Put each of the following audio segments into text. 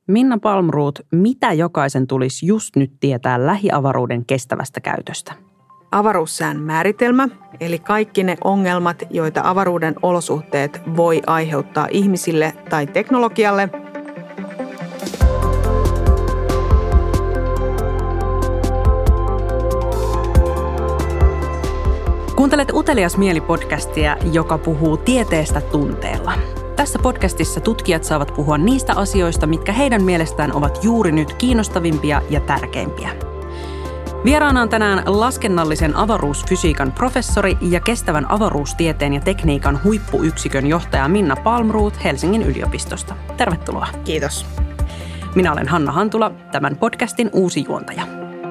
Minna Palmroth, mitä jokaisen tulisi just nyt tietää lähiavaruuden kestävästä käytöstä? Avaruussään määritelmä, eli kaikki ne ongelmat, joita avaruuden olosuhteet voi aiheuttaa ihmisille tai teknologialle. Kuuntelet Utelias mieli-podcastia, joka puhuu tieteestä tunteella. Tässä podcastissa tutkijat saavat puhua niistä asioista, mitkä heidän mielestään ovat juuri nyt kiinnostavimpia ja tärkeimpiä. Vieraana on tänään laskennallisen avaruusfysiikan professori ja kestävän avaruustieteen ja tekniikan huippuyksikön johtaja Minna Palmroth Helsingin yliopistosta. Tervetuloa. Kiitos. Minä olen Hanna Hantula, tämän podcastin uusi juontaja.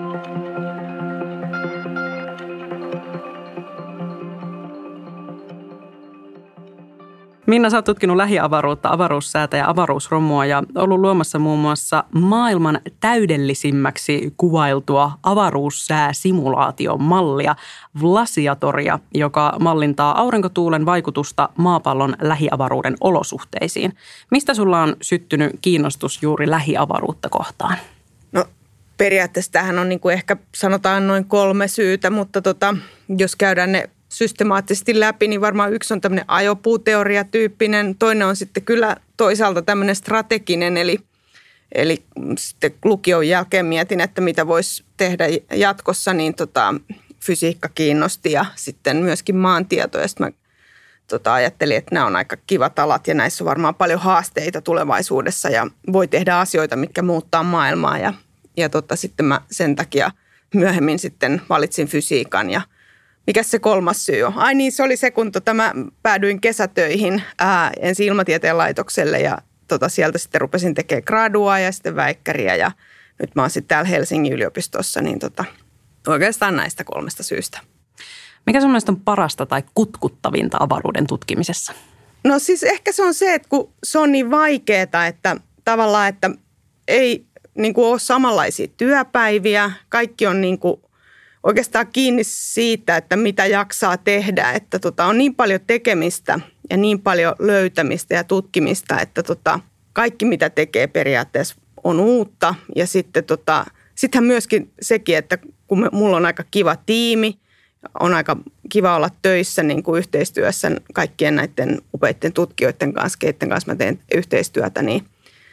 Minna, sä oot tutkinut lähiavaruutta, avaruussäätä ja avaruusromua ja ollut luomassa muun muassa maailman täydellisimmäksi kuvailtua avaruussääsimulaatiomallia Vlasiatoria, joka mallintaa aurinkotuulen vaikutusta maapallon lähiavaruuden olosuhteisiin. Mistä sulla on syttynyt kiinnostus juuri lähiavaruutta kohtaan? No periaatteessa tämähän on niin kuin ehkä sanotaan noin 3 syytä, mutta jos käydään ne systemaattisesti läpi, niin varmaan yksi on tämmöinen ajopuuteoria-tyyppinen. Toinen on sitten kyllä toisaalta tämmöinen strateginen, eli sitten lukion jälkeen mietin, että mitä voisi tehdä jatkossa, niin fysiikka kiinnosti ja sitten myöskin maantieto. Ja sitten mä ajattelin, että nämä on aika kivat alat ja näissä on varmaan paljon haasteita tulevaisuudessa ja voi tehdä asioita, mitkä muuttaa maailmaa. Ja sitten mä sen takia myöhemmin sitten valitsin fysiikan ja mikäs se 3. syy on? Ai niin, se oli se, kun mä päädyin kesätöihin ensin Ilmatieteen laitokselle ja sieltä sitten rupesin tekemään gradua ja sitten väikkäriä ja nyt mä oon sitten täällä Helsingin yliopistossa, niin oikeastaan näistä 3 syystä. Mikä sun mielestä on parasta tai kutkuttavinta avaruuden tutkimisessa? No siis ehkä se on se, että kun se on niin vaikeaa, että tavallaan, että ei niin kuin ole samanlaisia työpäiviä, kaikki on niin kuin oikeastaan kiinni siitä, että mitä jaksaa tehdä, että on niin paljon tekemistä ja niin paljon löytämistä ja tutkimista, että kaikki mitä tekee periaatteessa on uutta. Ja sittenhän myöskin sekin, että kun mulla on aika kiva tiimi, on aika kiva olla töissä niin kuin yhteistyössä kaikkien näiden upeiden tutkijoiden kanssa, keiden kanssa mä teen yhteistyötä, niin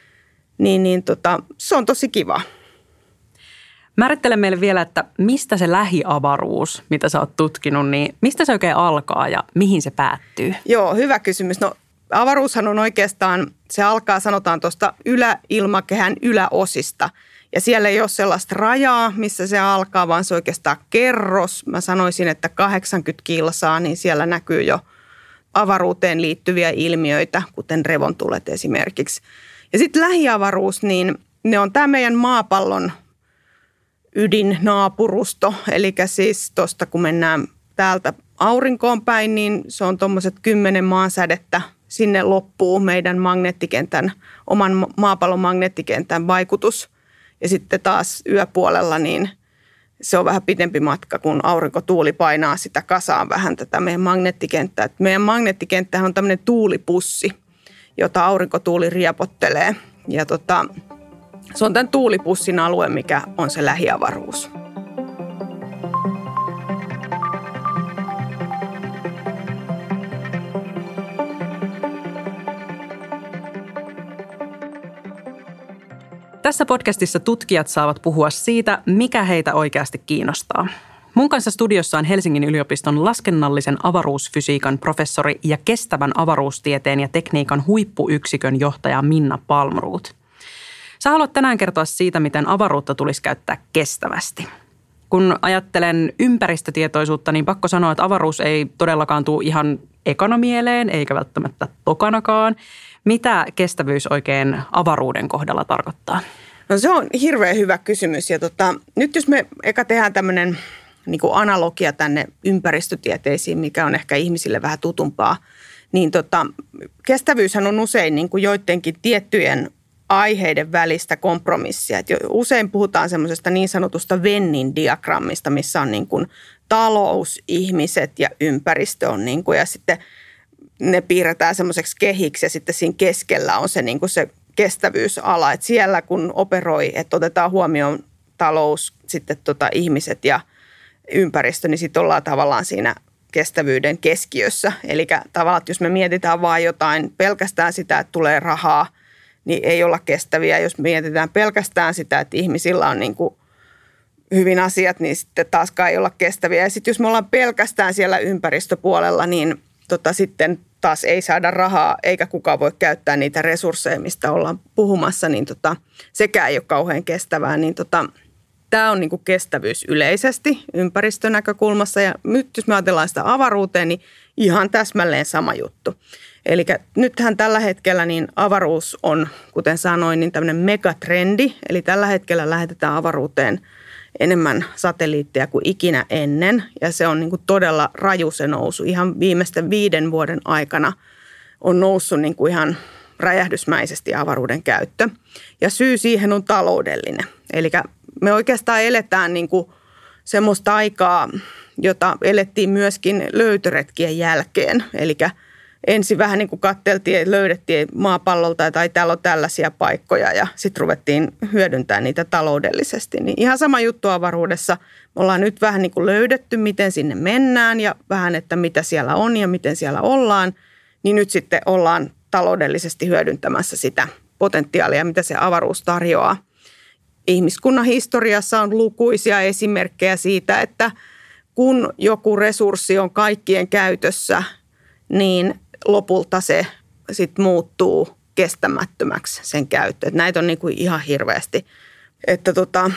se on tosi kiva. Määrittele meille vielä, että mistä se lähiavaruus, mitä sä oot tutkinut, niin mistä se oikein alkaa ja mihin se päättyy? Joo, hyvä kysymys. No avaruushan on oikeastaan, se alkaa sanotaan tuosta yläilmakehän yläosista. Ja siellä ei ole sellaista rajaa, missä se alkaa, vaan se oikeastaan kerros. Mä sanoisin, että 80 kilsaa, niin siellä näkyy jo avaruuteen liittyviä ilmiöitä, kuten revontulet esimerkiksi. Ja sitten lähiavaruus, niin ne on tämä meidän maapallon ydinnaapurusto, eli siis tuosta kun mennään täältä aurinkoon päin, niin se on tuommoiset 10 maansädettä. Sinne loppuu meidän magneettikentän, oman maapallon magneettikentän vaikutus. Ja sitten taas yöpuolella, niin se on vähän pitempi matka, kun aurinkotuuli painaa sitä kasaan vähän tätä meidän magneettikenttää. Meidän magneettikenttä on tämmöinen tuulipussi, jota aurinkotuuli riepottelee. Ja se on tämän tuulipussin alue, mikä on se lähiavaruus. Tässä podcastissa tutkijat saavat puhua siitä, mikä heitä oikeasti kiinnostaa. Mun kanssa studiossa on Helsingin yliopiston laskennallisen avaruusfysiikan professori ja kestävän avaruustieteen ja tekniikan huippuyksikön johtaja Minna Palmroth. Sä haluat tänään kertoa siitä, miten avaruutta tulisi käyttää kestävästi. Kun ajattelen ympäristötietoisuutta, niin pakko sanoa, että avaruus ei todellakaan tule ihan ekana mieleen, eikä välttämättä tokanakaan. Mitä kestävyys oikein avaruuden kohdalla tarkoittaa? No se on hirveän hyvä kysymys. Ja nyt jos me eka tehdään tämmöinen niin kuin analogia tänne ympäristötieteisiin, mikä on ehkä ihmisille vähän tutumpaa, niin kestävyyshän on usein niin kuin joidenkin tiettyjen aiheiden välistä kompromissia. Et usein puhutaan semmoisesta niin sanotusta Vennin diagrammista, missä on niin kuin talous, ihmiset ja ympäristö on niin kuin, ja sitten ne piirretään semmoiseksi kehiksi ja sitten siinä keskellä on se, niin kuin se kestävyysala. Että siellä kun operoi, että otetaan huomioon talous, sitten ihmiset ja ympäristö, niin sitten ollaan tavallaan siinä kestävyyden keskiössä. Eli tavallaan, että jos me mietitään vaan jotain, pelkästään sitä, että tulee rahaa, niin ei olla kestäviä. Jos mietitään pelkästään sitä, että ihmisillä on niin kuin hyvin asiat, niin sitten taaskaan ei olla kestäviä. Ja sitten jos me ollaan pelkästään siellä ympäristöpuolella, niin sitten taas ei saada rahaa, eikä kukaan voi käyttää niitä resursseja, mistä ollaan puhumassa, niin sekään ei ole kauhean kestävää. Niin tämä on niin kuin kestävyys yleisesti ympäristönäkökulmassa. Ja nyt jos me ajatellaan sitä avaruuteen, niin ihan täsmälleen sama juttu. Eli nythän tällä hetkellä niin avaruus on, kuten sanoin, niin tämmöinen megatrendi. Eli tällä hetkellä lähetetään avaruuteen enemmän satelliitteja kuin ikinä ennen. Ja se on niin kuin todella raju se nousu. Ihan viimeisten 5 vuoden aikana on noussut niin kuin ihan räjähdysmäisesti avaruuden käyttö. Ja syy siihen on taloudellinen. Eli me oikeastaan eletään niin kuin semmoista aikaa, jota elettiin myöskin löytöretkien jälkeen. Eli ensin vähän niin kuin katteltiin, löydettiin maapallolta, tai täällä on tällaisia paikkoja ja sitten ruvettiin hyödyntämään niitä taloudellisesti. Niin ihan sama juttu avaruudessa. Me ollaan nyt vähän niin kuin löydetty, miten sinne mennään ja vähän, että mitä siellä on ja miten siellä ollaan. Niin nyt sitten ollaan taloudellisesti hyödyntämässä sitä potentiaalia, mitä se avaruus tarjoaa. Ihmiskunnan historiassa on lukuisia esimerkkejä siitä, että kun joku resurssi on kaikkien käytössä, niin lopulta se sitten muuttuu kestämättömäksi sen käyttö. Et näitä on niinku ihan hirveästi. Että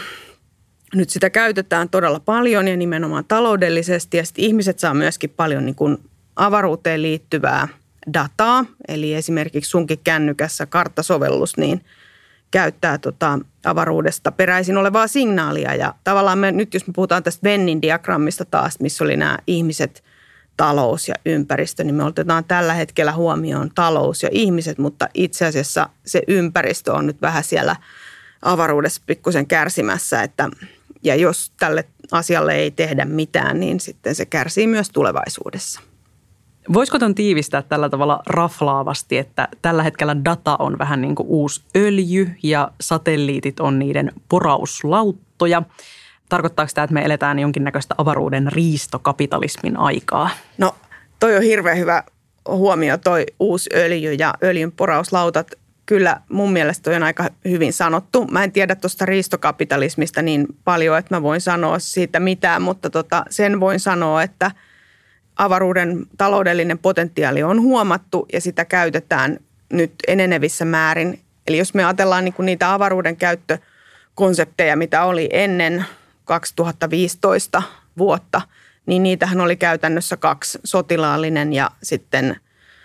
nyt sitä käytetään todella paljon ja nimenomaan taloudellisesti. Ja sitten ihmiset saa myöskin paljon niinku avaruuteen liittyvää dataa. Eli esimerkiksi sunkin kännykässä karttasovellus niin käyttää avaruudesta peräisin olevaa signaalia. Ja tavallaan nyt jos me puhutaan tästä Vennin diagrammista taas, missä oli nämä ihmiset, talous ja ympäristö, niin me otetaan tällä hetkellä huomioon talous ja ihmiset, mutta itse asiassa se ympäristö on nyt vähän siellä avaruudessa pikkusen kärsimässä, ja jos tälle asialle ei tehdä mitään, niin sitten se kärsii myös tulevaisuudessa. Voisiko ton tiivistää tällä tavalla raflaavasti, että tällä hetkellä data on vähän niin kuin uusi öljy ja satelliitit on niiden porauslauttoja? Tarkoittaako tämä, että me eletään jonkinnäköistä avaruuden riistokapitalismin aikaa? No toi on hirveän hyvä huomio, toi uusi öljy ja öljyn porauslautat. Kyllä mun mielestä toi on aika hyvin sanottu. Mä en tiedä tuosta riistokapitalismista niin paljon, että mä voin sanoa siitä mitään, mutta sen voin sanoa, että avaruuden taloudellinen potentiaali on huomattu ja sitä käytetään nyt enenevissä määrin. Eli jos me ajatellaan niitä avaruuden käyttökonsepteja, mitä oli ennen 2015 vuotta, niin niitähän oli käytännössä 2, sotilaallinen ja sitten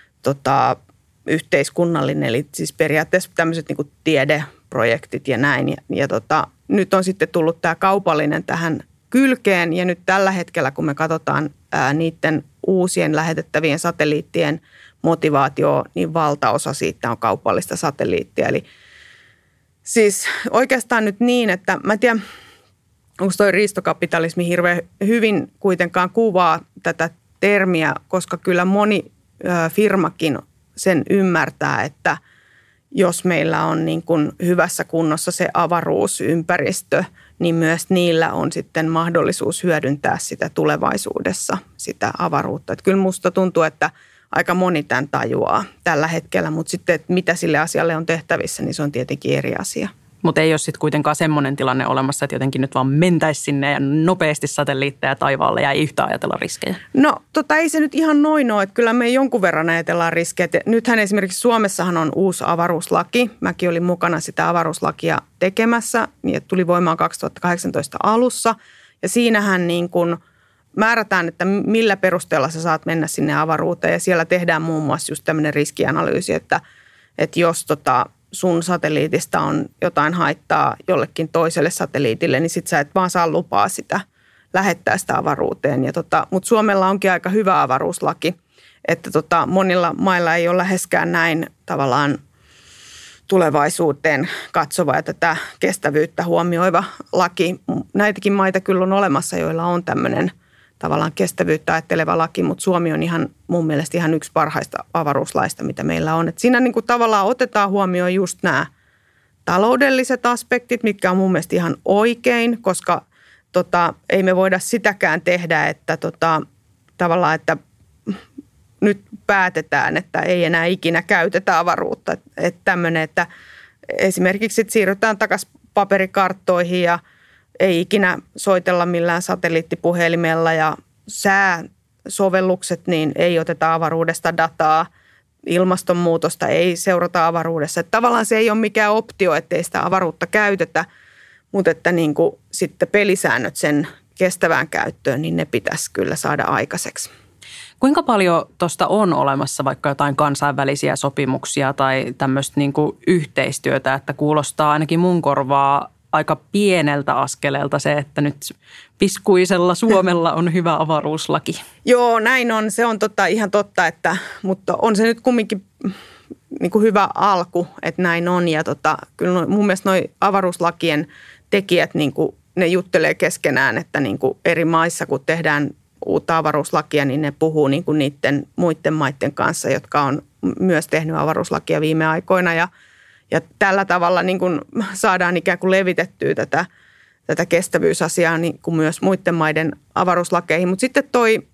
yhteiskunnallinen, eli siis periaatteessa tämmöiset niin kuin tiedeprojektit ja näin. Ja nyt on sitten tullut tämä kaupallinen tähän kylkeen ja nyt tällä hetkellä, kun me katsotaan niiden uusien lähetettävien satelliittien motivaatio, niin valtaosa siitä on kaupallista satelliittia. Eli siis oikeastaan nyt niin, että mä en tiedä, onko toi riistokapitalismi hirveän hyvin kuitenkaan kuvaa tätä termiä, koska kyllä moni firmakin sen ymmärtää, että jos meillä on niin kuin hyvässä kunnossa se avaruusympäristö, niin myös niillä on sitten mahdollisuus hyödyntää sitä tulevaisuudessa, sitä avaruutta. Että kyllä musta tuntuu, että aika moni tämän tajuaa tällä hetkellä, mutta sitten että mitä sille asialle on tehtävissä, niin se on tietenkin eri asia. Mutta ei ole sitten kuitenkaan semmoinen tilanne olemassa, että jotenkin nyt vaan mentäisi sinne ja nopeasti satelliitteja taivaalle ja ei yhtään ajatella riskejä. No ei se nyt ihan noin ole, että kyllä me jonkun verran ajatellaan riskejä. Nythän esimerkiksi Suomessahan on uusi avaruuslaki. Mäkin olin mukana sitä avaruuslakia tekemässä ja tuli voimaan 2018 alussa. Ja siinähän niin kuin määrätään, että millä perusteella sä saat mennä sinne avaruuteen. Ja siellä tehdään muun muassa just tämmöinen riskianalyysi, että jos sun satelliitista on jotain haittaa jollekin toiselle satelliitille, niin sit sä et vaan saa lupaa sitä lähettää sitä avaruuteen. Mutta Suomella onkin aika hyvä avaruuslaki, että monilla mailla ei ole läheskään näin tavallaan tulevaisuuteen katsova ja tätä kestävyyttä huomioiva laki. Näitäkin maita kyllä on olemassa, joilla on tavallaan kestävyyttä ajatteleva laki, mutta Suomi on mun mielestä ihan yksi parhaista avaruuslaista, mitä meillä on. Et siinä niin kuin tavallaan otetaan huomioon just nämä taloudelliset aspektit, mitkä on mun mielestä ihan oikein, koska ei me voida sitäkään tehdä, että tavallaan, että nyt päätetään, että ei enää ikinä käytetä avaruutta. Että tämmöinen, että esimerkiksi siirrytään takaisin paperikarttoihin ja ei ikinä soitella millään satelliittipuhelimella ja sääsovellukset, niin ei oteta avaruudesta dataa. Ilmastonmuutosta ei seurata avaruudessa. Että tavallaan se ei ole mikään optio, ettei sitä avaruutta käytetä, mutta että niin kuin sitten pelisäännöt sen kestävään käyttöön, niin ne pitäisi kyllä saada aikaiseksi. Kuinka paljon tuosta on olemassa vaikka jotain kansainvälisiä sopimuksia tai tämmöistä niin kuin yhteistyötä, että kuulostaa ainakin mun korvaa aika pieneltä askeleelta se, että nyt piskuisella Suomella on hyvä avaruuslaki. Joo, näin on. Se on ihan totta, mutta on se nyt kumminkin niin kuin hyvä alku, että näin on. Ja kyllä mun mielestä noi avaruuslakien tekijät, niin kuin ne juttelee keskenään, että niin kuin eri maissa, kun tehdään uutta avaruuslakia, niin ne puhuu niin kuin niiden muiden maiden kanssa, jotka on myös tehnyt avaruuslakia viime aikoina. Ja tällä tavalla niin kuin saadaan ikään kuin levitettyä tätä kestävyysasiaa niin kuin myös muiden maiden avaruuslakeihin. Mutta sitten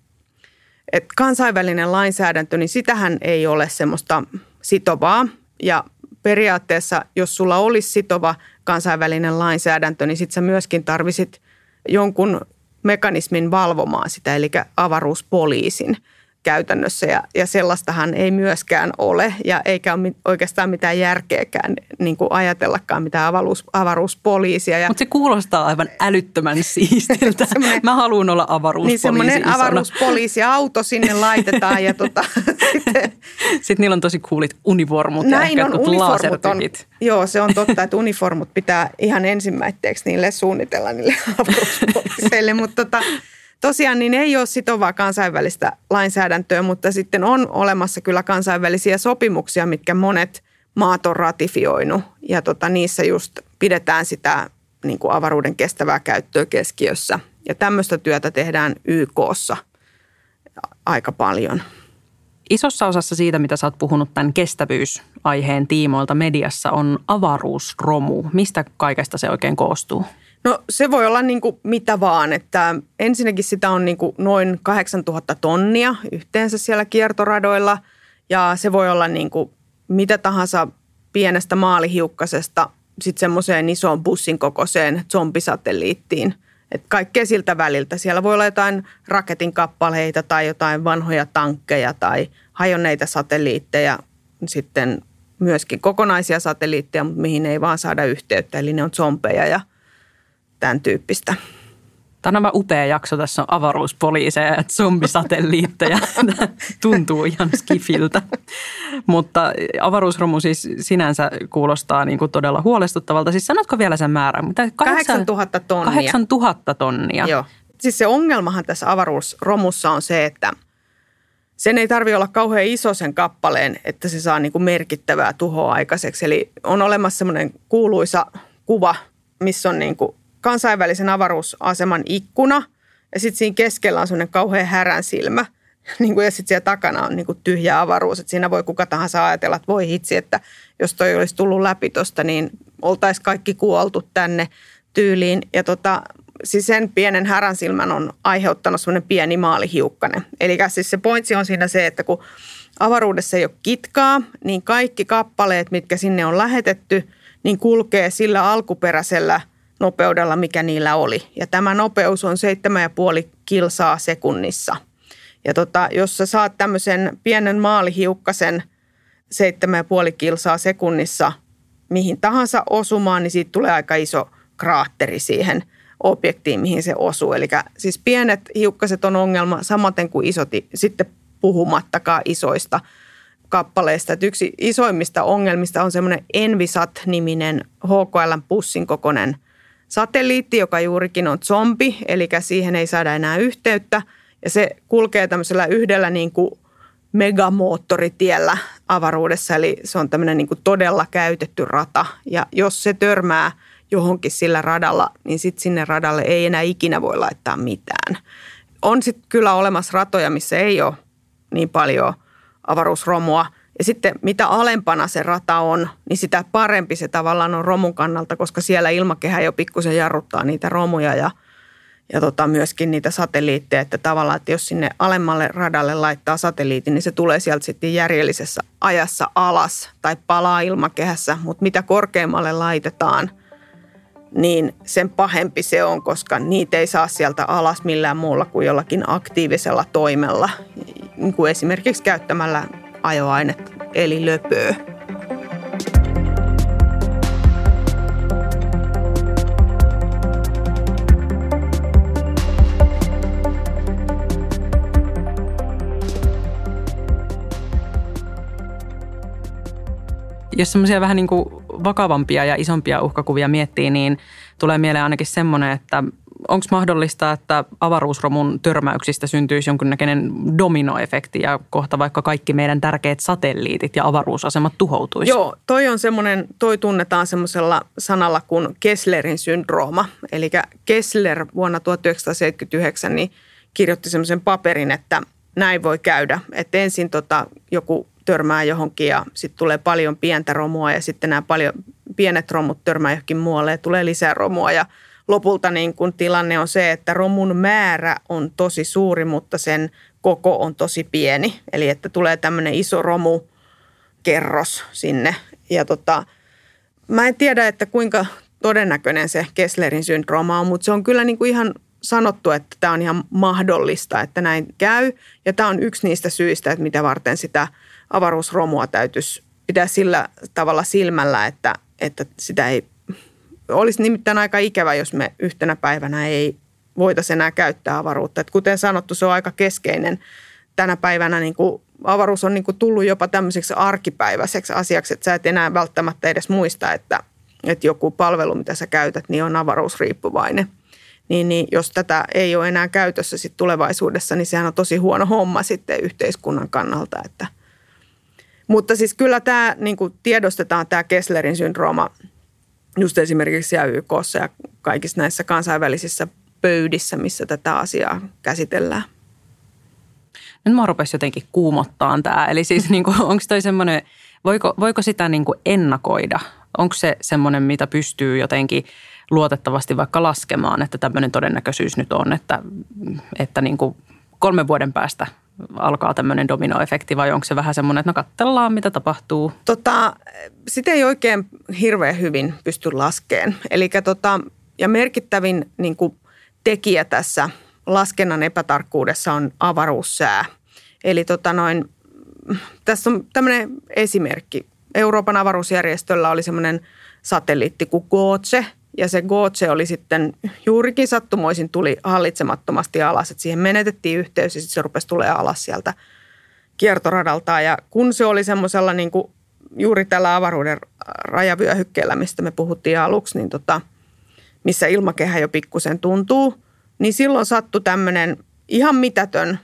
että kansainvälinen lainsäädäntö, niin sitähän ei ole semmoista sitovaa. Ja periaatteessa, jos sulla olisi sitova kansainvälinen lainsäädäntö, niin sitten sä myöskin tarvisit jonkun mekanismin valvomaan sitä, eli avaruuspoliisin käytännössä. Ja sellaistahan ei myöskään ole, ja eikä ole oikeastaan mitään järkeäkään niin kuin ajatellakaan mitään avaruuspoliisia. Mutta se kuulostaa aivan älyttömän siistiltä. Mä haluan olla avaruuspoliisi. Niin semmoinen avaruuspoliisiauto sinne laitetaan, ja Sitten niillä on tosi coolit univormut ja näin ehkä lasertykit. Joo, se on totta, että uniformut pitää ihan ensimmäiseksi niille suunnitella niille avaruuspoliiseille, mutta tosiaan niin ei ole sitovaa kansainvälistä lainsäädäntöä, mutta sitten on olemassa kyllä kansainvälisiä sopimuksia, mitkä monet maat on ratifioinut. Ja niissä just pidetään sitä niin kuin avaruuden kestävää käyttöä keskiössä. Ja tämmöistä työtä tehdään YK:ssa aika paljon. Isossa osassa siitä, mitä sä oot puhunut tämän kestävyysaiheen tiimoilta mediassa, on avaruusromu. Mistä kaikesta se oikein koostuu? No se voi olla niin kuin mitä vaan, että ensinnäkin sitä on niin kuin noin 8000 tonnia yhteensä siellä kiertoradoilla ja se voi olla niin kuin mitä tahansa pienestä maalihiukkasesta sitten semmoiseen isoon bussin kokoiseen zombisatelliittiin. Että kaikkea siltä väliltä. Siellä voi olla jotain raketin kappaleita tai jotain vanhoja tankkeja tai hajonneita satelliitteja, sitten myöskin kokonaisia satelliitteja, mutta mihin ei vaan saada yhteyttä, eli ne on zombeja ja tämän tyyppistä. Tämä on aivan upea jakso. Tässä on avaruuspoliiseja ja zombisatelliitteja. Tuntuu ihan skifiltä. Mutta avaruusromu siis sinänsä kuulostaa niin kuin todella huolestuttavalta. Siis sanotko vielä sen määrän? 8000 tonnia. 8000 tonnia. Joo. Siis se ongelmahan tässä avaruusromussa on se, että sen ei tarvitse olla kauhean iso sen kappaleen, että se saa niin kuin merkittävää tuhoa aikaiseksi. Eli on olemassa semmoinen kuuluisa kuva, missä on niin kuin kansainvälisen avaruusaseman ikkuna ja sitten siinä keskellä on semmoinen kauhean härän silmä. Ja sitten siellä takana on niinku tyhjä avaruus. Et siinä voi kuka tahansa ajatella, että voi hitsi, että jos toi olisi tullut läpi tuosta, niin oltaisiin kaikki kuoltu tänne tyyliin. Ja siis sen pienen härän silmän on aiheuttanut semmoinen pieni maalihiukkanen. Eli siis se pointsi on siinä se, että kun avaruudessa ei ole kitkaa, niin kaikki kappaleet, mitkä sinne on lähetetty, niin kulkee sillä alkuperäisellä nopeudella, mikä niillä oli. Ja tämä nopeus on 7,5 kilsaa sekunnissa. Ja jos sä saat tämmöisen pienen maalihiukkasen 7,5 kilsaa sekunnissa mihin tahansa osumaan, niin siitä tulee aika iso kraatteri siihen objektiin, mihin se osuu. Eli siis pienet hiukkaset on ongelma samaten kuin isot, sitten puhumattakaan isoista kappaleista. Että yksi isoimmista ongelmista on semmoinen Envisat-niminen HKL-pussin kokoinen satelliitti, joka juurikin on zombi, eli siihen ei saada enää yhteyttä. Ja se kulkee tämmöisellä yhdellä niin kuin megamoottoritiellä avaruudessa, eli se on tämmöinen niin kuin todella käytetty rata. Ja jos se törmää johonkin sillä radalla, niin sitten sinne radalle ei enää ikinä voi laittaa mitään. On sitten kyllä olemassa ratoja, missä ei ole niin paljon avaruusromua. Ja sitten mitä alempana se rata on, niin sitä parempi se tavallaan on romun kannalta, koska siellä ilmakehä jo pikkusen jarruttaa niitä romuja ja myöskin niitä satelliitteja. Että tavallaan, että jos sinne alemmalle radalle laittaa satelliitin, niin se tulee sieltä sitten järjellisessä ajassa alas tai palaa ilmakehässä. Mutta mitä korkeammalle laitetaan, niin sen pahempi se on, koska niitä ei saa sieltä alas millään muulla kuin jollakin aktiivisella toimella, niin kuin esimerkiksi käyttämällä ajoainetta eli löpöä. Jos semmoisia vähän niin kuin vakavampia ja isompia uhkakuvia miettii, niin tulee mieleen ainakin semmoinen, että onko mahdollista, että avaruusromun törmäyksistä syntyisi jonkinnäköinen dominoefekti ja kohta vaikka kaikki meidän tärkeät satelliitit ja avaruusasemat tuhoutuisi? Joo, toi tunnetaan semmoisella sanalla kuin Kesslerin syndrooma. Eli Kessler vuonna 1979 niin kirjoitti semmoisen paperin, että näin voi käydä. Että ensin joku törmää johonkin ja sitten tulee paljon pientä romua ja sitten nämä paljon pienet romut törmää johonkin muualle ja tulee lisää romua ja lopulta niin kun tilanne on se, että romun määrä on tosi suuri, mutta sen koko on tosi pieni. Eli että tulee tämmöinen iso romukerros sinne. Ja mä en tiedä, että kuinka todennäköinen se Kesslerin syndrooma on, mutta se on kyllä niin kuin ihan sanottu, että tämä on ihan mahdollista, että näin käy. Ja tämä on yksi niistä syistä, että mitä varten sitä avaruusromua täytyisi pitää sillä tavalla silmällä, että sitä ei olisi nimittäin aika ikävä, jos me yhtenä päivänä ei voitaisiin enää käyttää avaruutta. Et kuten sanottu, se on aika keskeinen tänä päivänä. Niin kuin avaruus on niin kuin tullut jopa tämmöiseksi arkipäiväiseksi asiaksi, että sä et enää välttämättä edes muista, että joku palvelu, mitä sä käytät, niin on avaruusriippuvainen. Niin jos tätä ei ole enää käytössä sit tulevaisuudessa, niin sehän on tosi huono homma sitten yhteiskunnan kannalta. Mutta siis kyllä tämä niin kuin tiedostetaan tämä Kesslerin syndrooma just esimerkiksi siellä YK:ssa ja kaikissa näissä kansainvälisissä pöydissä, missä tätä asiaa käsitellään. Nyt mä rupesi jotenkin kuumottaan tämä. Eli siis niin onko toi semmoinen, voiko sitä niin kuin ennakoida? Onko se semmoinen, mitä pystyy jotenkin luotettavasti vaikka laskemaan, että tämmöinen todennäköisyys nyt on, että niin kuin 3 vuoden päästä alkaa tämmöinen dominoefekti vai onko se vähän semmoinen, että no katsellaan, mitä tapahtuu? Sitä ei oikein hirveän hyvin pysty laskeen. Eli ja merkittävin niin kuin tekijä tässä laskennan epätarkkuudessa on avaruussää. Eli tässä on tämmöinen esimerkki. Euroopan avaruusjärjestöllä oli semmoinen satelliitti kuin GOES, ja se GOES oli sitten juurikin sattumoisin tuli hallitsemattomasti alas, että siihen menetettiin yhteys ja sitten se rupesi tulemaan alas sieltä kiertoradaltaan. Ja kun se oli semmoisella niin kuin juuri tällä avaruuden rajavyöhykkeellä, mistä me puhuttiin aluksi, niin missä ilmakehä jo pikkusen tuntuu, niin silloin sattui tämmöinen ihan mitätön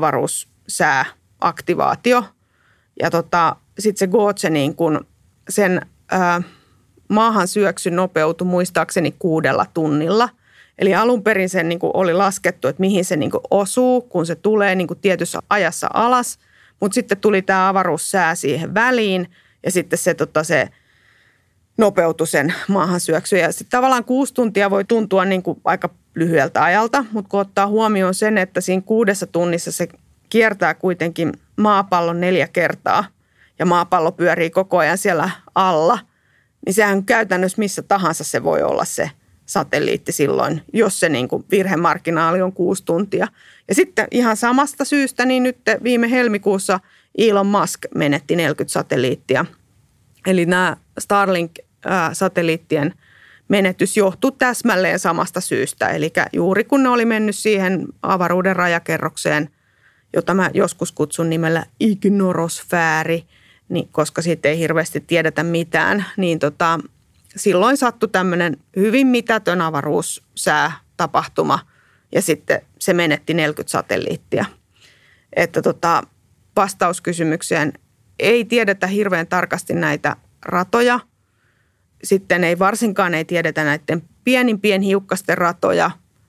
avaruussääaktivaatio. Ja sitten se GOES niin kuin sen maahan syöksy nopeutui muistaakseni 6 tunnilla. Eli alun perin sen niin kuin oli laskettu, että mihin se niin kuin osuu, kun se tulee niin kuin tietyssä ajassa alas. Mutta sitten tuli tämä avaruussää siihen väliin ja sitten se nopeutui sen maahan syöksy. Ja sitten tavallaan 6 tuntia voi tuntua niin kuin aika lyhyeltä ajalta, mutta kun ottaa huomioon sen, että siinä 6 tunnissa se kiertää kuitenkin maapallon 4 kertaa ja maapallo pyörii koko ajan siellä alla, niin sehän käytännössä missä tahansa se voi olla se satelliitti silloin, jos se niin kuin virhemarginaali on 6 tuntia. Ja sitten ihan samasta syystä, niin nyt viime helmikuussa Elon Musk menetti 40 satelliittia. Eli nämä Starlink-satelliittien menetys johtuu täsmälleen samasta syystä. Eli juuri kun ne oli mennyt siihen avaruuden rajakerrokseen, jota mä joskus kutsun nimellä ignorosfääri, niin koska siitä ei hirveästi tiedetä mitään, niin silloin sattui tämmöinen hyvin mitätön avaruussäätapahtuma ja sitten se menetti 40 satelliittia. Että vastaus kysymykseen, ei tiedetä hirveän tarkasti näitä ratoja. Sitten ei varsinkaan tiedetä näiden pienimpien hiukkasten ratoja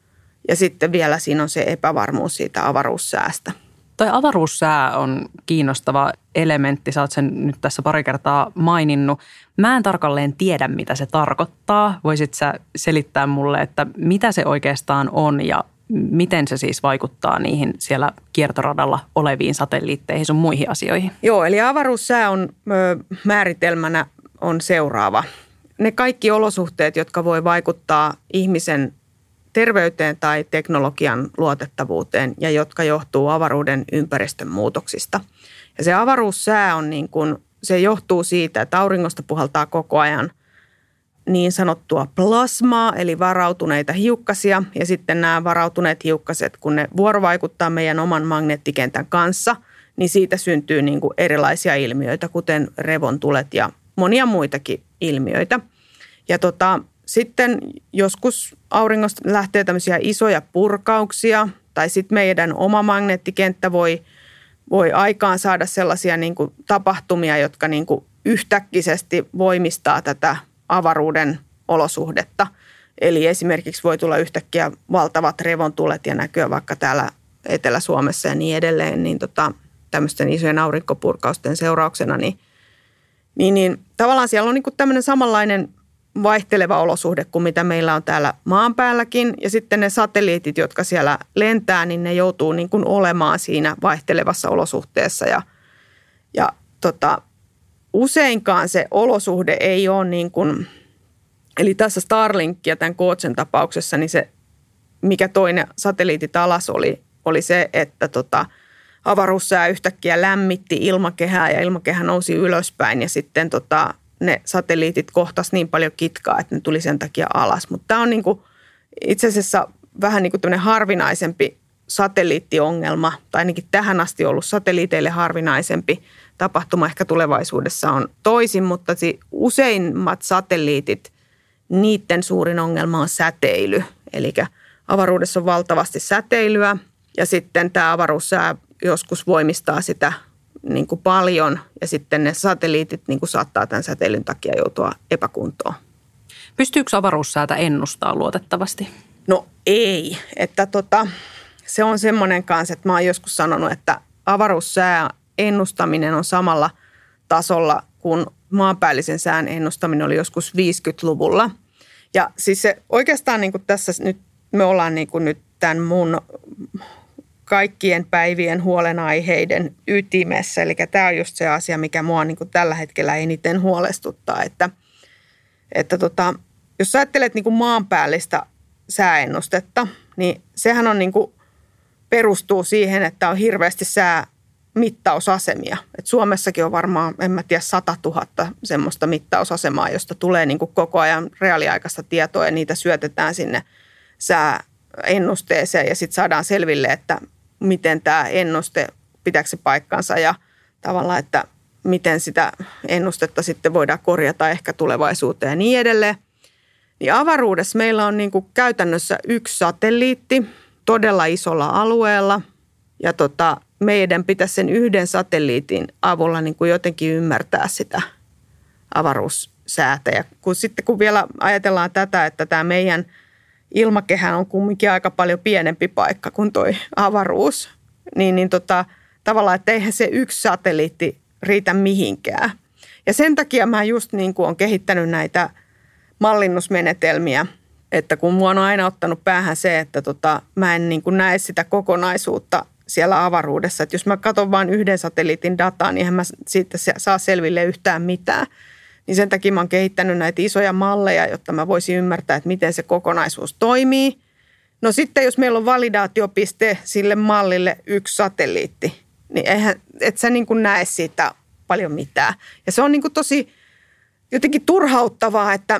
Ja sitten vielä siinä on se epävarmuus siitä avaruussäästä. Toi avaruussää on kiinnostava elementti. Sä oot sen nyt tässä pari kertaa maininnut. Mä en tarkalleen tiedä, mitä se tarkoittaa. Voisit sä selittää mulle, että mitä se oikeastaan on ja miten se siis vaikuttaa niihin siellä kiertoradalla oleviin satelliitteihin sun muihin asioihin? Joo, eli avaruussää on määritelmänä on seuraava. Ne kaikki olosuhteet, jotka voi vaikuttaa ihmisen terveyteen tai teknologian luotettavuuteen ja jotka johtuu avaruuden ympäristön muutoksista. Ja se avaruussää on se johtuu siitä, että auringosta puhaltaa koko ajan niin sanottua plasmaa, eli varautuneita hiukkasia. Ja sitten nämä varautuneet hiukkaset, kun ne vuorovaikuttaa meidän oman magneettikentän kanssa, niin siitä syntyy erilaisia ilmiöitä, kuten revontulet ja monia muitakin ilmiöitä. Ja sitten joskus auringosta lähtee tämmöisiä isoja purkauksia, tai sitten meidän oma magneettikenttä voi aikaan saada sellaisia tapahtumia, jotka yhtäkkisesti voimistaa tätä avaruuden olosuhdetta. Eli esimerkiksi voi tulla yhtäkkiä valtavat revontulet ja näkyä vaikka täällä Etelä-Suomessa ja niin edelleen, niin tämmöisten isojen aurinkopurkausten seurauksena, niin tavallaan siellä on tämmöinen samanlainen vaihteleva olosuhde kuin mitä meillä on täällä maan päälläkin. Ja sitten ne satelliitit, jotka siellä lentää, niin ne joutuu olemaan siinä vaihtelevassa olosuhteessa. Ja useinkaan se olosuhde ei ole eli tässä Starlink ja tämän Kootsen tapauksessa, niin se, mikä toinen satelliitit alas oli se, että avaruussää yhtäkkiä lämmitti ilmakehää ja ilmakehä nousi ylöspäin ja sitten ne satelliitit kohtasi niin paljon kitkaa, että ne tuli sen takia alas. Mutta tämä on itse asiassa vähän tämmöinen harvinaisempi satelliittiongelma, tai ainakin tähän asti ollut satelliiteille harvinaisempi tapahtuma. Ehkä tulevaisuudessa on toisin, mutta useimmat satelliitit, niiden suurin ongelma on säteily. Eli avaruudessa on valtavasti säteilyä ja sitten tämä avaruussää joskus voimistaa sitä paljon ja sitten ne satelliitit saattaa tämän säteilyn takia joutua epäkuntoon. Pystyykö avaruussäätä ennustaa luotettavasti? No ei, että se on semmoinen kanssa, että mä oon joskus sanonut, että avaruussää ennustaminen on samalla tasolla kuin maanpäällisen sään ennustaminen oli joskus 50-luvulla. Ja siis se oikeastaan tässä nyt me ollaan nyt tämän mun kaikkien päivien huolenaiheiden ytimessä. Eli tämä on just se asia, mikä mua tällä hetkellä eniten huolestuttaa, että jos ajattelet maanpäällistä sääennustetta, niin sehän on perustuu siihen, että on hirveästi säämittausasemia. Et Suomessakin on varmaan, en mä tiedä, 100 000 semmoista mittausasemaa, josta tulee koko ajan reaaliaikaista tietoa ja niitä syötetään sinne sääennusteeseen ja sitten saadaan selville, että miten tämä ennuste, pitääkö se paikkansa ja tavallaan, että miten sitä ennustetta sitten voidaan korjata ehkä tulevaisuuteen ja niin edelleen. Niin avaruudessa meillä on käytännössä yksi satelliitti todella isolla alueella ja meidän pitäisi sen yhden satelliitin avulla jotenkin ymmärtää sitä avaruussäätä. Ja kun vielä ajatellaan tätä, että tämä meidän ilmakehä on kumminkin aika paljon pienempi paikka kuin toi avaruus, niin tavallaan, että eihän se yksi satelliitti riitä mihinkään. Ja sen takia mä just olen kehittänyt näitä mallinnusmenetelmiä, että kun mua on aina ottanut päähän se, että mä en näe sitä kokonaisuutta siellä avaruudessa. Että jos mä katson vain yhden satelliitin dataa, niin eihän mä siitä saa selville yhtään mitään. Niin sen takia mä oon kehittänyt näitä isoja malleja, jotta mä voisin ymmärtää, että miten se kokonaisuus toimii. No sitten jos meillä on validaatiopiste sille mallille yksi satelliitti, niin et sä näe siitä paljon mitään. Ja se on tosi jotenkin turhauttavaa, että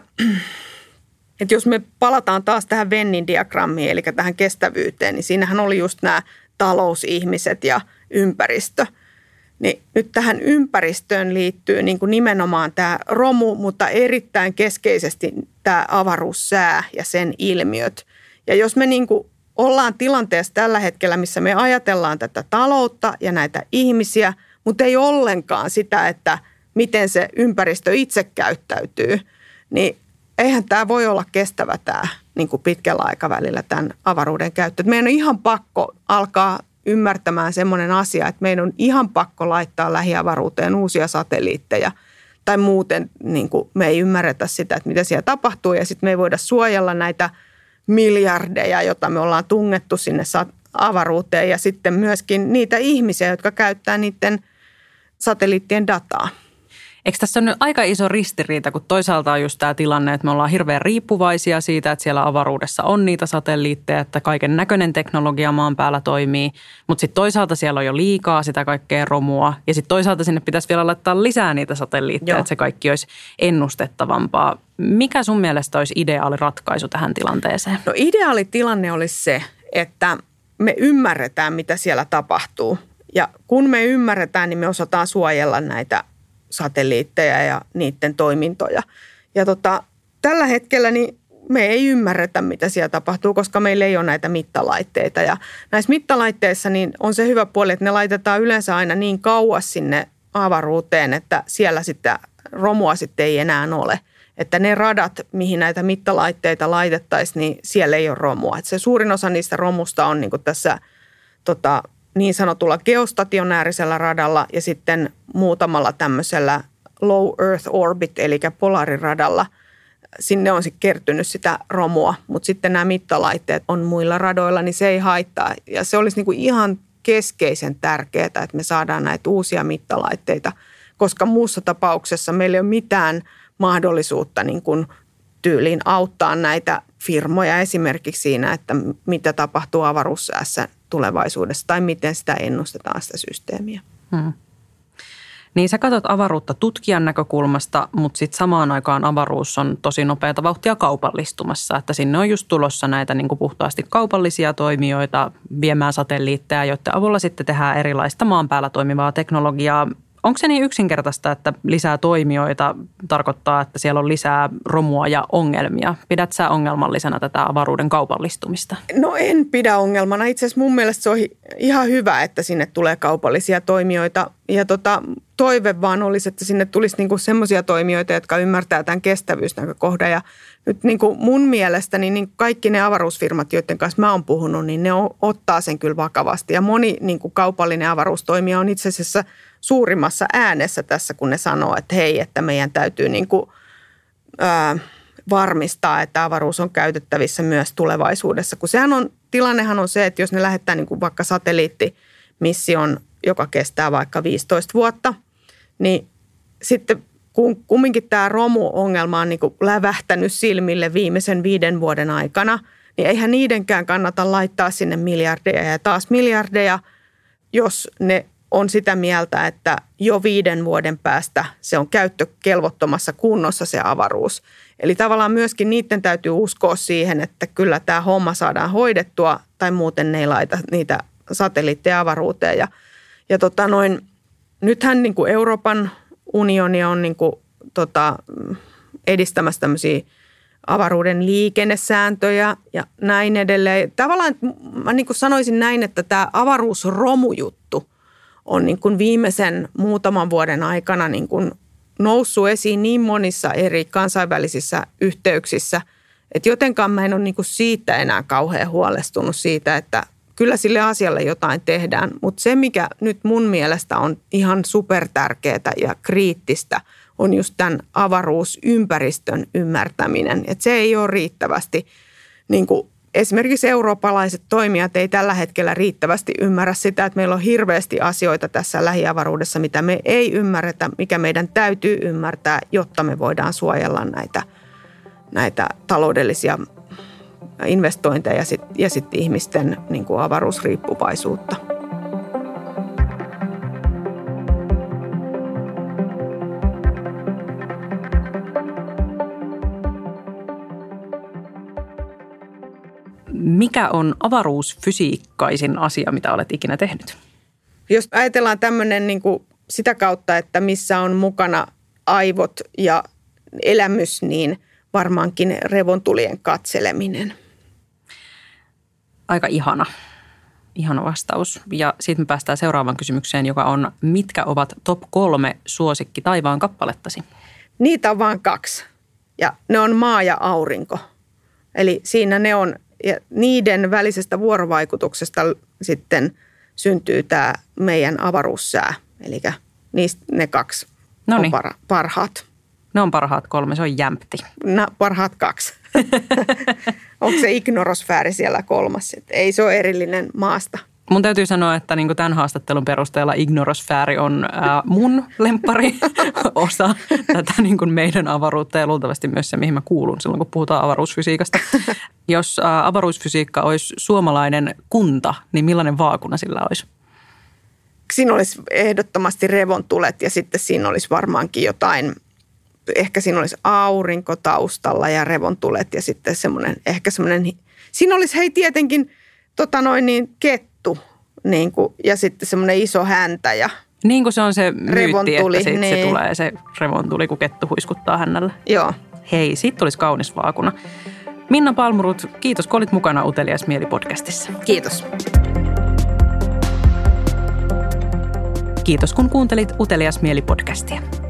jos me palataan taas tähän Vennin diagrammiin, eli tähän kestävyyteen, niin siinähän oli just nämä talousihmiset ja ympäristö. Niin nyt tähän ympäristöön liittyy nimenomaan tämä romu, mutta erittäin keskeisesti tämä avaruussää ja sen ilmiöt. Ja jos me ollaan tilanteessa tällä hetkellä, missä me ajatellaan tätä taloutta ja näitä ihmisiä, mutta ei ollenkaan sitä, että miten se ympäristö itse käyttäytyy, niin eihän tämä voi olla kestävä tämä niin kuin pitkällä aikavälillä tämän avaruuden käyttö. Meidän on ihan pakko alkaa ymmärtämään semmoinen asia, että meidän on ihan pakko laittaa lähiavaruuteen uusia satelliitteja tai muuten niin kuin me ei ymmärretä sitä, että mitä siellä tapahtuu ja sitten me ei voida suojella näitä miljardeja, joita me ollaan tungettu sinne avaruuteen ja sitten myöskin niitä ihmisiä, jotka käyttää niiden satelliittien dataa. Eikö tässä ole nyt aika iso ristiriita, kun toisaalta on just tämä tilanne, että me ollaan hirveän riippuvaisia siitä, että siellä avaruudessa on niitä satelliitteja, että kaiken näköinen teknologia maan päällä toimii, mutta sitten toisaalta siellä on jo liikaa sitä kaikkea romua ja sitten toisaalta sinne pitäisi vielä laittaa lisää niitä satelliitteja, että se kaikki olisi ennustettavampaa. Mikä sun mielestä olisi ideaali ratkaisu tähän tilanteeseen? No ideaali tilanne olisi se, että me ymmärretään, mitä siellä tapahtuu ja kun me ymmärretään, niin me osataan suojella näitä satelliitteja ja niiden toimintoja. Ja tällä hetkellä niin me ei ymmärretä, mitä siellä tapahtuu, koska meillä ei ole näitä mittalaitteita. Ja näissä mittalaitteissa niin on se hyvä puoli, että ne laitetaan yleensä aina niin kauas sinne avaruuteen, että siellä sitten romua sitten ei enää ole. Että ne radat, mihin näitä mittalaitteita laitettaisiin, niin siellä ei ole romua. Että se suurin osa niistä romusta on niin kuin tässä niin sanotulla geostationäärisellä radalla ja sitten muutamalla tämmöisellä low earth orbit, eli polariradalla. Sinne on sitten kertynyt sitä romua, mutta sitten nämä mittalaitteet on muilla radoilla, niin se ei haittaa. Ja se olisi niin kuin ihan keskeisen tärkeää, että me saadaan näitä uusia mittalaitteita, koska muussa tapauksessa meillä ei ole mitään mahdollisuutta niin kuin tyyliin auttaa näitä firmoja esimerkiksi siinä, että mitä tapahtuu avaruussäässä tulevaisuudessa tai miten sitä ennustetaan sitä systeemiä. Niin sä katsot avaruutta tutkijan näkökulmasta, mutta sitten samaan aikaan avaruus on tosi nopeata vauhtia kaupallistumassa, että sinne on just tulossa näitä niin kuin puhtaasti kaupallisia toimijoita viemään satelliitteja, joiden avulla sitten tehdään erilaista maan päällä toimivaa teknologiaa. Onko se niin yksinkertaista, että lisää toimijoita tarkoittaa, että siellä on lisää romua ja ongelmia? Pidät sä ongelmallisena tätä avaruuden kaupallistumista? No en pidä ongelmana. Itse asiassa mun mielestä se on ihan hyvä, että sinne tulee kaupallisia toimijoita. Ja toive vaan olisi, että sinne tulisi niinku semmoisia toimijoita, jotka ymmärtää tämän kestävyysnäkökohdan. Ja nyt niinku mun mielestä niin kaikki ne avaruusfirmat, joiden kanssa mä oon puhunut, niin ne ottaa sen kyllä vakavasti. Ja moni niinku kaupallinen avaruustoimija on itse asiassa suurimmassa äänessä tässä, kun ne sanoo, että hei, että meidän täytyy varmistaa, että avaruus on käytettävissä myös tulevaisuudessa. Kun tilannehan on se, että jos ne lähettää niin kuin vaikka satelliittimission, joka kestää vaikka 15 vuotta, niin sitten kun kumminkin tämä romu-ongelma on niin kuin lävähtänyt silmille viimeisen 5 vuoden aikana, niin eihän niidenkään kannata laittaa sinne miljardeja ja taas miljardeja, jos ne on sitä mieltä, että jo 5 vuoden päästä se on käyttökelvottomassa kunnossa se avaruus. Eli tavallaan myöskin niiden täytyy uskoa siihen, että kyllä tämä homma saadaan hoidettua tai muuten ne ei laita niitä satelliitteja avaruuteen. Ja nythän niin kuin Euroopan unioni on niin kuin, edistämässä tämmöisiä avaruuden liikennesääntöjä ja näin edelleen. Tavallaan mä niin kuin sanoisin näin, että tämä avaruusromujuttu on niin kuin viimeisen muutaman vuoden aikana niin kuin noussut esiin niin monissa eri kansainvälisissä yhteyksissä, että jotenkaan mä en ole niin kuin siitä enää kauhean huolestunut siitä, että kyllä sille asialle jotain tehdään. Mutta se, mikä nyt mun mielestä on ihan supertärkeää ja kriittistä, on just tämän avaruusympäristön ymmärtäminen. Että se ei ole riittävästi niin kuin esimerkiksi eurooppalaiset toimijat ei tällä hetkellä riittävästi ymmärrä sitä, että meillä on hirveästi asioita tässä lähiavaruudessa, mitä me ei ymmärretä, mikä meidän täytyy ymmärtää, jotta me voidaan suojella näitä taloudellisia investointeja ja sitten ihmisten niin kuin avaruusriippuvaisuutta. Mikä on avaruusfysiikkaisin asia, mitä olet ikinä tehnyt? Jos ajatellaan tämmöinen niin kuin sitä kautta, että missä on mukana aivot ja elämys, niin varmaankin revontulien katseleminen. Aika ihana vastaus. Ja sitten me päästään seuraavaan kysymykseen, joka on, mitkä ovat top 3 suosikki taivaan kappalettasi? Niitä on vain 2 ja ne on maa ja aurinko. Eli siinä ne on, ja niiden välisestä vuorovaikutuksesta sitten syntyy tämä meidän avaruussää. Eli ne 2 on parhaat. Ne on parhaat 3, se on jämpti. Parhaat 2. Onko se ignorosfääri siellä 3? Ei se ole erillinen maasta. Mun täytyy sanoa, että niin kuin tämän haastattelun perusteella ignorosfääri on mun lemppari osa tätä niin kuin meidän avaruutta ja luultavasti myös se, mihin mä kuulun silloin, kun puhutaan avaruusfysiikasta. Jos avaruusfysiikka olisi suomalainen kunta, niin millainen vaakuna sillä olisi? Siinä olisi ehdottomasti revontulet ja sitten siinä olisi varmaankin jotain, ehkä siinä olisi aurinko taustalla ja revontulet ja sitten ehkä semmoinen, siinä olisi tietenkin kettu niin kuin, ja sitten semmoinen iso häntä ja niin kuin se on se myytti, että niin. se tulee se revontuli, kun kettu huiskuttaa hännällä. Joo. Hei, siitä tulisi kaunis vaakuna. Minna Palmurut, kiitos kun olit mukana Utelias mieli-podcastissa. Kiitos. Kiitos kun kuuntelit Utelias mieli-podcastia.